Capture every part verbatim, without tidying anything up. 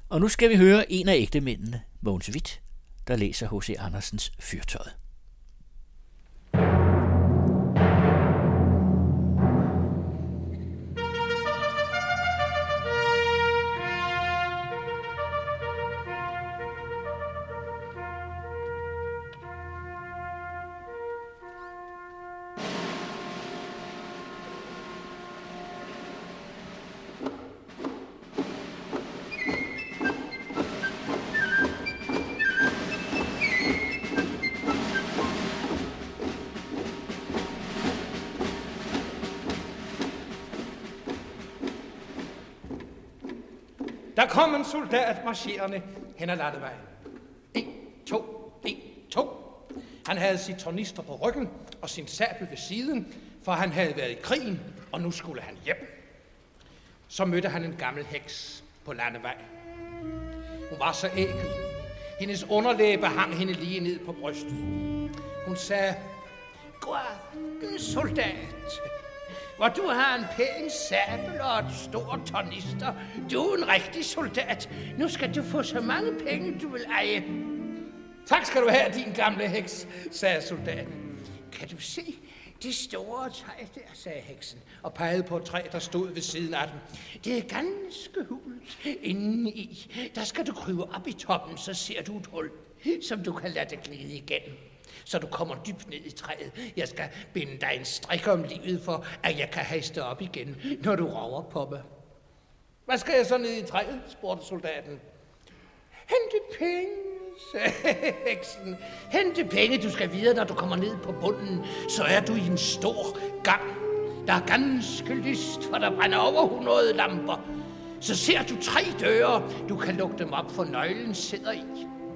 Og nu skal vi høre en af ægtemændene, Mogens Wieth, der læser H C Andersens Fyrtøjet. Der kom en soldat marcherende hen ad landevejen. En, to, en, to. Han havde sit tornister på ryggen og sin sabel ved siden, for han havde været i krigen, og nu skulle han hjem. Så mødte han en gammel heks på landevejen. Hun var så ækel. Hendes underlæbe hang hende lige ned på brystet. Hun sagde, "God aften, soldat. Hvor du har en pæn sabel og et stort tornister. Du er en rigtig soldat. Nu skal du få så mange penge, du vil eje." "Tak skal du have, din gamle heks," sagde soldaten. "Kan du se det store træ der," sagde heksen, og pegede på et træ, der stod ved siden af den. "Det er ganske hult inde i. Der skal du krybe op i toppen, så ser du et hul, som du kan lade det glide igennem, så du kommer dybt ned i træet. Jeg skal binde dig en strik om livet, for at jeg kan haste op igen, når du rover på mig." "Hvad skal jeg så ned i træet?" spurgte soldaten. "Hente penge," sagde heksen. "Hente penge, du skal videre, når du kommer ned på bunden, så er du i en stor gang. Der er ganske lyst, for der brænder over hundrede lamper. Så ser du tre døre, du kan lukke dem op, for nøglen sidder i.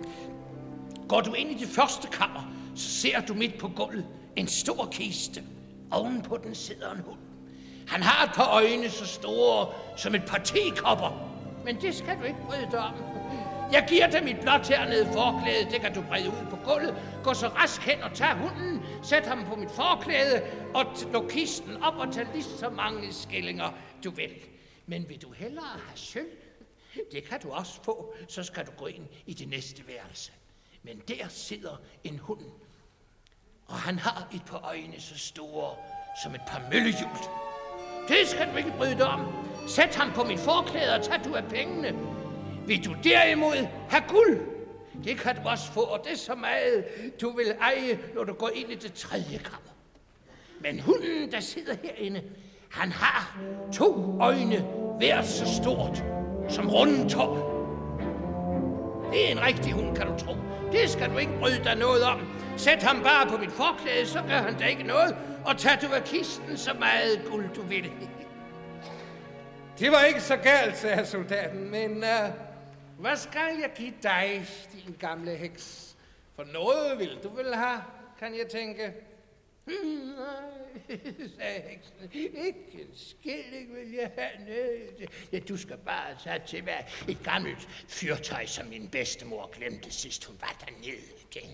Går du ind i det første kammer, så ser du midt på gulvet en stor kiste. Ovenpå den sidder en hund. Han har et par øjne så store som et par tekopper. Men det skal du ikke bryde dig om. Jeg giver dig mit blåternede forklæde, det kan du brede ud på gulvet. Gå så rask hen og tag hunden, sæt ham på mit forklæde og luk kisten op og tag lige så mange skillinger, du vil. Men vil du hellere have sølv? Det kan du også få, så skal du gå ind i det næste værelse. Men der sidder en hund, og han har et par øjne så store som et par møllehjul. Det skal du ikke bryde dig om. Sæt ham på mit forklæde og tag du af pengene. Vil du derimod have guld? Det kan du også få, og det er så meget, du vil eje, når du går ind i det tredje kammer. Men hunden, der sidder herinde, han har to øjne, hver så stort som rundetår. Det er en rigtig hund, kan du tro. Det skal du ikke bryde dig noget om. Sæt ham bare på mit forklæde, så gør han da ikke noget, og tag du af kisten så meget guld, du vil. Det var ikke så galt, sagde soldaten, men uh, hvad skal jeg give dig, din gamle heks? For noget vil du vel have, kan jeg tænke. Nej, sagde heksen. Ikke en skilling vil jeg have ned. Ja, du skal bare tage til hvad et gammelt fyrtøj, som min bedstemor glemte sidst hun var dernede igen.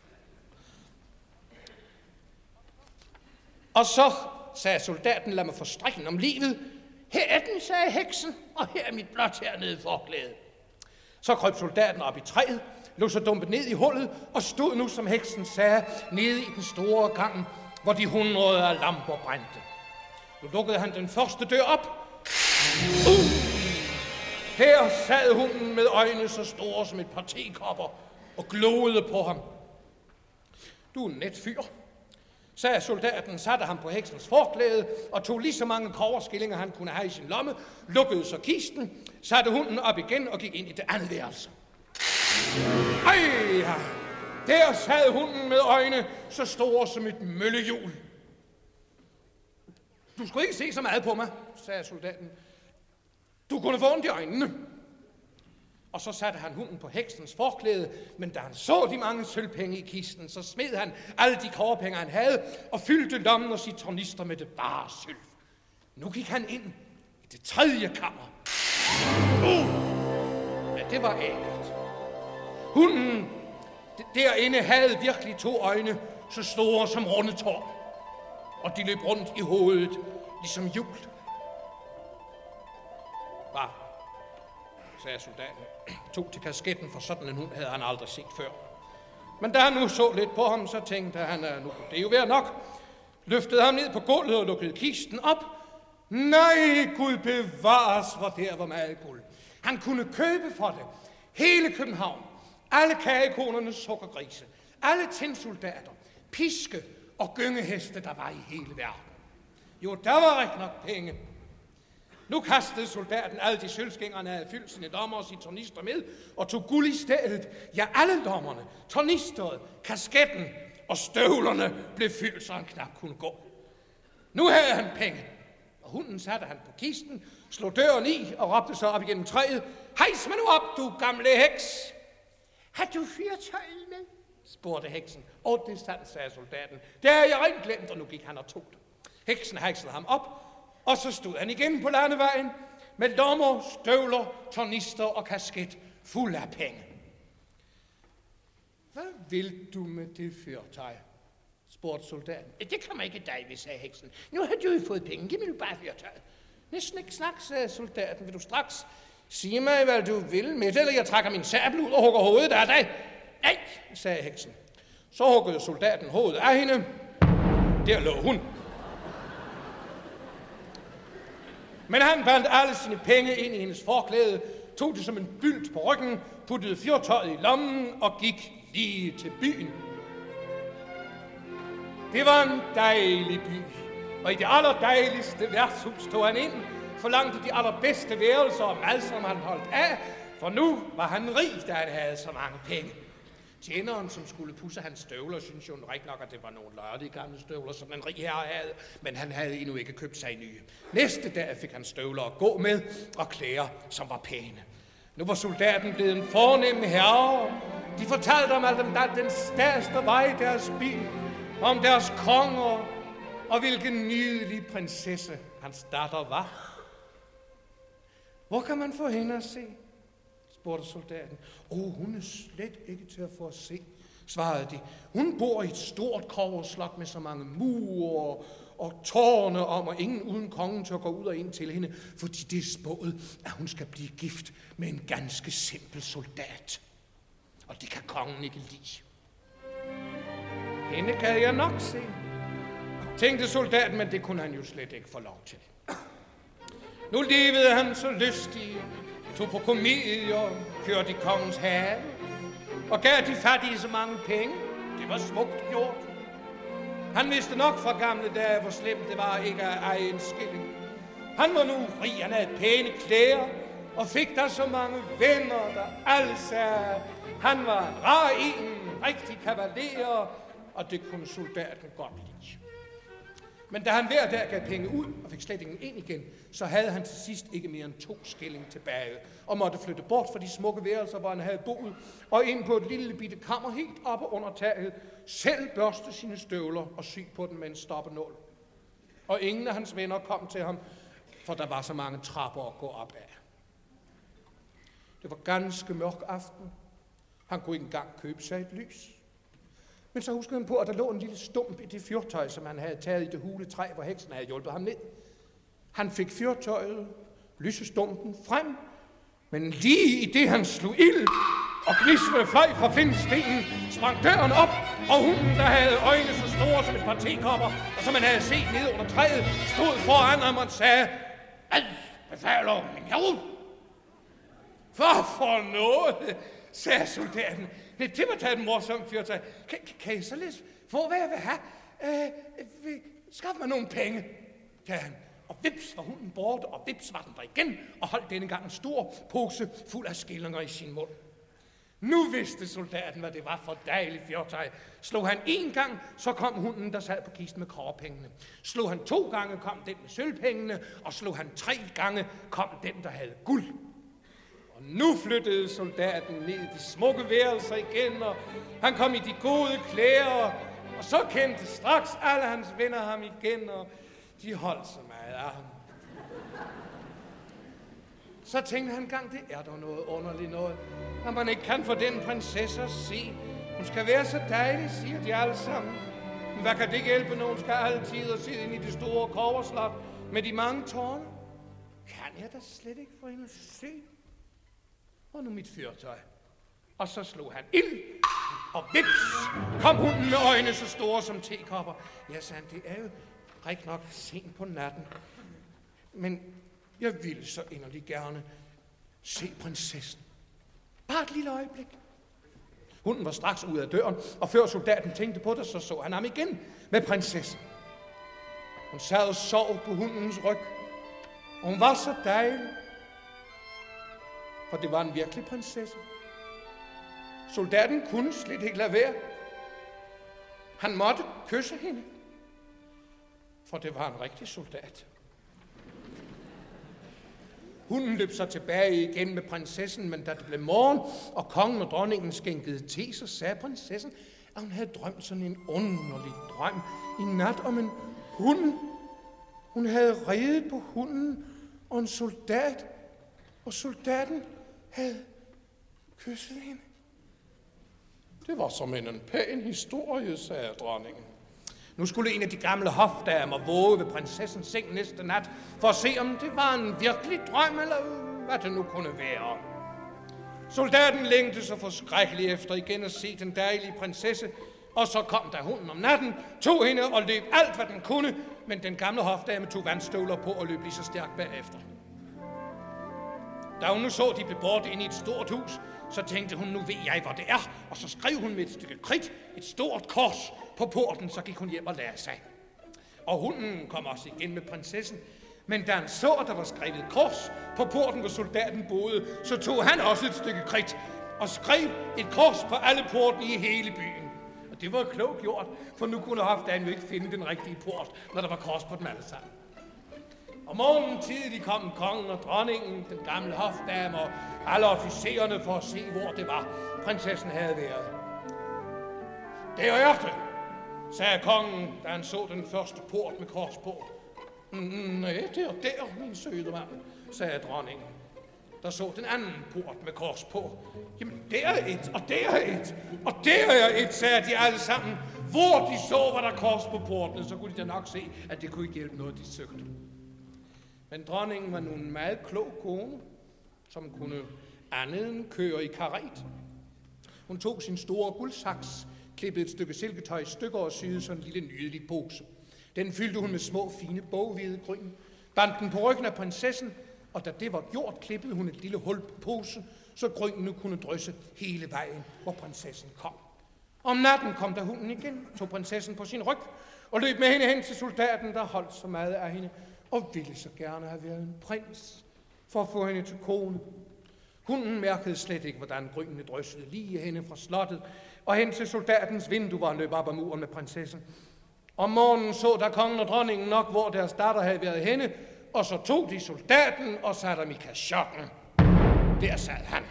Og så sagde soldaten, lad mig få strikken om livet. Her er den, sagde heksen, og her er mit blåternede forklæde. Så krøb soldaten op i træet, lå så dumpet ned i hullet, og stod nu, som heksen sagde, nede i den store gang, hvor de hundrede af lamper brændte. Nu lukkede han den første dør op. Uh! Her sad hunden med øjne så store som et par tekopper og gloede på ham. Du er en net fyr, sagde soldaten, satte ham på heksens forklæde og tog lige så mange kobberskillinger, han kunne have i sin lomme, lukkede så kisten, satte hunden op igen og gik ind i det andet værelse. Ej, ja. Der sad hunden med øjne så store som et møllehjul. Du skulle ikke se så meget på mig, sagde soldaten. Du kunne få ondt i øjnene. Og så satte han hunden på heksens forklæde, men da han så de mange sølvpenge i kisten, så smed han alle de kobberpenge, han havde, og fyldte lommen og sit tornister med det bare sølv. Nu gik han ind i det tredje kammer. Uh! Ja, det var ægelt. Hunden derinde havde virkelig to øjne, så store som rundetår, og de løb rundt i hovedet, ligesom hjul. Hvad? sagde soldaten. Tog til kasketten, for sådan en hund havde han aldrig set før. Men da han nu så lidt på ham, så tænkte han, at nu kunne det jo være nok. Løftede ham ned på gulvet og lukkede kisten op. Nej, Gud bevares, hvor der var meget guld. Han kunne købe for det hele København, alle kagekonernes sukkergrise, alle tinsoldater, piske og gyngeheste, der var i hele verden. Jo, der var rigtig nok penge. Nu kastede soldaten alle de sølvskængerne havde fyldt sine dommer og sine tornister med, og tog guld i stedet. Ja, alle dommerne, tornisteret, kasketten og støvlerne blev fyldt, så han knap kunne gå. Nu havde han penge, og hunden satte han på kisten, slog døren i og råbte så op igennem træet. Hejs mig nu op, du gamle heks! Har du fyrtøjet med? Spurgte heksen. Og det er sandt, sagde soldaten. Det har jeg rent glemt, og nu gik han og tog det. Heksen heksede ham op, og så stod han igen på landevejen med lommer, støvler, tornister og kasket fuld af penge. Hvad vil du med det fyrtøj? Spurgte soldaten. Det kommer ikke dig ved, sagde heksen. Nu har du jo fået penge. Giv mig nu bare fyrtøjet. Næsten ikke snak, sagde soldaten. Vil du straks sige mig, hvad du vil med det, eller jeg trækker min sabel ud og hugger hovedet af dig? Nej, sagde heksen. Så huggede soldaten hovedet af hende. Der lå hun. Men han bandt alle sine penge ind i hendes forklæde, tog det som en bylt på ryggen, puttede fyrtøjet i lommen og gik lige til byen. Det var en dejlig by, og i det allerdejligste værtshus tog han ind, forlangte de allerbedste værelser og mad, som han holdt af, for nu var han rig, da han havde så mange penge. Tjeneren, som skulle pusse hans støvler, synes jo rigtig nok, at det var nogle lørdige gamle støvler, som en rig herre havde, men han havde endnu ikke købt sig nye. Næste dag fik han støvler at gå med og klæder, som var pæne. Nu var soldaten blevet en fornem herre. De fortalte om alt dem, der den stærste vej deres bil, om deres konger, og hvilken nydelig prinsesse hans datter var. Hvor kan man få hende at se? Spurgte soldaten. Åh, oh, hun er slet ikke til at få at se, svarede de. Hun bor i et stort kobberslot med så mange mure og tårne om, og ingen uden kongen til at gå ud og ind til hende, fordi det er spået, at hun skal blive gift med en ganske simpel soldat. Og det kan kongen ikke lide. Hende kan jeg nok se, tænkte soldaten, men det kunne han jo slet ikke få lov til. Nu levede han så lystig, tog på komedier, kørte i kongens have, og gav de fattige så mange penge. Det var smukt gjort. Han vidste nok fra gamle dage, hvor slemt det var ikke at eje en skilling. Han var nu rig, han havde pæne klæder, og fik der så mange venner, der alle sagde, han var en rar en, rigtig kavaler, og det kunne soldaten godt lide. Men da han hver dag gav penge ud og fik slet ingen ind igen, så havde han til sidst ikke mere end to skilling tilbage, og måtte flytte bort fra de smukke værelser, hvor han havde boet, og ind på et lille bitte kammer helt oppe under taget, selv børste sine støvler og sy på den med en stoppenål. Og ingen af hans venner kom til ham, for der var så mange trapper at gå op af. Det var ganske mørk aften. Han kunne ikke engang købe sig et lys. Men så huskede han på, at der lå en lille stump i det fyrtøj, som han havde taget i det hule træ, hvor heksen havde hjulpet ham ned. Han fik fyrtøjet, lysestumpen frem, men lige i det han slog ild, og gnismede fløj fra flintstenen, sprang døren op, og hunden, der havde øjne så store som et par tekopper, og som man havde set nede under træet, stod foran ham og sagde, hvad befaler min herre? For for noget, sagde soldaten. Det var taget en morsom fyrtøj. Kan, kan I således få, hvad jeg vil have? Øh, skaf mig nogle penge, sagde han. Og vips var hunden borte, og vips var den der igen, og holdt denne gang en stor pose fuld af skillinger i sin mund. Nu vidste soldaten, hvad det var for dejligt fyrtøj. Slog han en gang, så kom hunden, der sad på kisten med kobberpengene. Slog han to gange, kom den med sølvpengene, og slog han tre gange, kom den, der havde guld. Og nu flyttede soldaten ned i de smukke værelser igen, og han kom i de gode klæder, og så kendte straks alle hans venner ham igen, og de holdt så meget af ham. Så tænkte han gang, det er dog noget underligt noget, at man ikke kan få den prinsesse at se. Hun skal være så dejlig, siger de alle sammen. Men hvad kan det ikke hjælpe, når hun skal altid og sidde inde i det store kobberslot med de mange tårne? Kan jeg da slet ikke få hende at se? og nu mit fyrtøj. Og så slog han ild, og vips, kom hunden med øjne så store som tekopper. Ja, sagde han, det er jo rigtig nok sent på natten. Men jeg ville så inderligt gerne se prinsessen. Bare et lille øjeblik. Hunden var straks ud af døren, og før soldaten tænkte på det, så så han ham igen med prinsessen. Hun sad og sov på hundens ryg, og hun var så dejlig, for det var en virkelig prinsesse. Soldaten kunne slet ikke lade være. Han måtte kysse hende, for det var en rigtig soldat. Hunden løb så tilbage igen med prinsessen, men da det blev morgen, og kongen og dronningen skænkede te, så sagde prinsessen, at hun havde drømt sådan en underlig drøm i nat om en hund. Hun havde redet på hunden og en soldat, og soldaten havde kysset hende. Det var som en pæn historie, sagde dronningen. Nu skulle en af de gamle hofdamer våge ved prinsessens seng næste nat, for at se, om det var en virkelig drøm, eller hvad det nu kunne være. Soldaten længte så forskrækkeligt efter igen at se den dejlige prinsesse, og så kom der hunden om natten, tog hende og løb alt, hvad den kunne, men den gamle hofdame tog vandstøvler på og løb lige så stærkt bagefter. Da hun nu så, de blev bort ind i et stort hus, så tænkte hun, nu ved jeg, hvor det er, og så skrev hun med et stykke kridt et stort kors på porten, så gik hun hjem og lagde sig. Og hunden kom også igen med prinsessen, men da han så, at der var skrevet kors på porten, hvor soldaten boede, så tog han også et stykke kridt og skrev et kors på alle porten i hele byen. Og det var klogt gjort, for nu kunne hofdagen jo ikke finde den rigtige port, når der var kors på dem alle sammen. Om morgenen tidligt kom kongen og dronningen, den gamle hofdame og alle officererne for at se, hvor det var, prinsessen havde været. Det er det, sagde kongen, da han så den første port med kors på. Mm, nej, det er der, min søde mand, sagde dronningen. Der så den anden port med kors på. Jamen, der er et, og der er et, og der er et, sagde de alle sammen. Hvor de så, var der kors på porten, så kunne de da nok se, at det kunne ikke hjælpe noget, de søgte. Men dronningen var nu en meget klog kone, som kunne andet end køre i karet. Hun tog sin store guldsaks, klippede et stykke silketøj i stykker og syede sådan en lille nydelig pose. Den fyldte hun med små, fine boghvide gryn, bandt den på ryggen af prinsessen, og da det var gjort, klippede hun et lille hul på pose, så grynene kunne drysse hele vejen, hvor prinsessen kom. Om natten kom der hunden igen, tog prinsessen på sin ryg og løb med hende hen til soldaten, der holdt så meget af hende, og ville så gerne have været en prins for at få hende til kone. Hunden mærkede slet ikke, hvordan grynene dryssede lige hende fra slottet og hen til soldatens vindue, hvor han løb op ad muren med prinsessen. Om morgenen så der kongen og dronningen nok, hvor deres datter havde været henne, og så tog de soldaten og satte ham i kasjotten. Der sad han.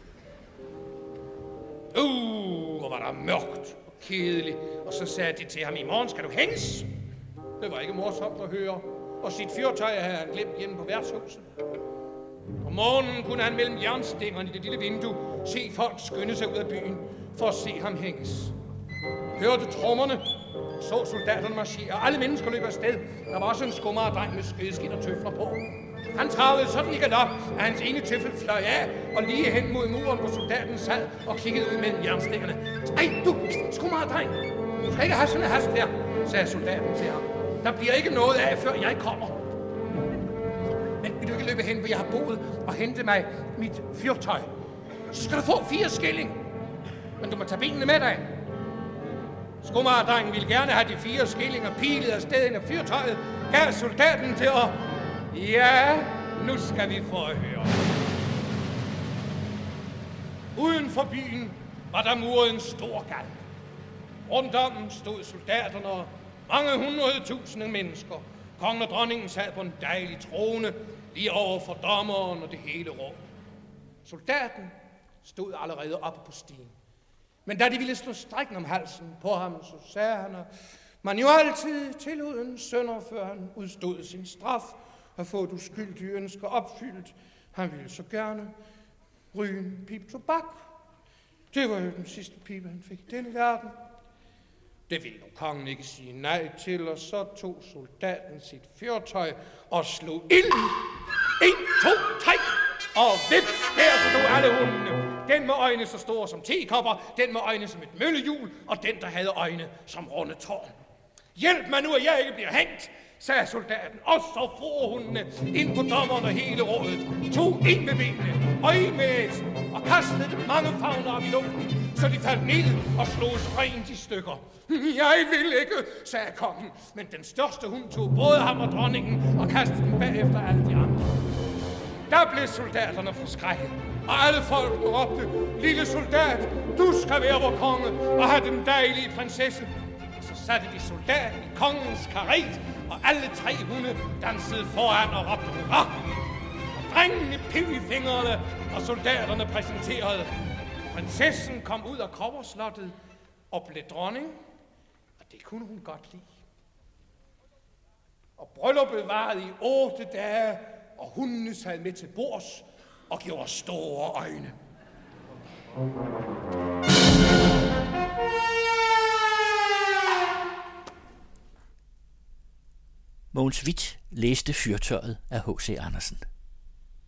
Uh, hvor var der mørkt og kedeligt, og så sagde de til ham, i morgen skal du hænges. Det var ikke morsomt at høre, og sit fyrtøj havde han glemt hjemme på værtshuset. Om morgenen kunne han mellem jernstængerne i det lille vindue se folk skynde sig ud af byen for at se ham hænges. Hørte trommerne, så soldaterne marchere, og alle mennesker løb afsted. Der var også en skummeredreng med skødeskin og tøfler på. Han travlede sådan i galop, at hans ene tøffel fløj af, og lige hen mod muren, hvor soldaten sad og kiggede ud mellem jernstængerne. Ej, du, skummeredreng, du skal ikke have sådan en hast der, sagde soldaten til ham. Der bliver ikke noget af, før jeg kommer. Men vil du ikke løbe hen, hvor jeg har boet, og hente mig mit fyrtøj? Så skal du få fire skilling. Men du må tage benene med dig. Skummeredrengen ville gerne have de fire skillinger pilet af stedet af fyrtøjet, gav soldaten til at... Ja, nu skal vi få at høre. Uden for byen var der muret en stor gal. Rundt om stod soldaterne og mange hundrede tusinde mennesker. Kongen og dronningen sad på en dejlig trone, lige over for dommeren og det hele råd. Soldaten stod allerede oppe på stien. Men da de ville slå strikken om halsen på ham, så sagde han, at man jo altid tillod en sønder, før han udstod sin straf, og fået uskyldige ønsker opfyldt. Han ville så gerne ryge en pibe tobak. Det var jo den sidste pibe, han fik i denne verden. Det ville nu kongen ikke sige nej til, og så tog soldaten sit fyrtøj og slog ild. En, to, tre, og vips! Der stod alle hundene. Den med øjne så store som tekopper, den med øjne som et møllehjul, og den, der havde øjne som runde tårn. Hjælp mig nu, at jeg ikke bliver hængt, sagde soldaten, og så for hundene ind på dommeren og hele rådet, tog en med benene og en med næsen, og kastede dem mange favner op i luften, så de faldt ned og slog rent i stykker. Jeg vil ikke, sagde kongen, men den største hund tog både ham og dronningen og kastede dem bagefter alle de andre. Der blev soldaterne forskrækket, og alle folk råbte, lille soldat, du skal være vor konge og have den dejlige prinsesse. Så satte de soldaten i kongens karet, og alle tre hunde dansede foran og råbte hurra. Drengene piv i fingrene, og soldaterne præsenterede. Prinsessen kom ud af kobberslottet og blev dronning, og det kunne hun godt lide. Og brylluppet varede i otte dage, og hundene sad med til bords og gjorde store øjne. Mogens Wieth læste Fyrtøjet af H C Andersen.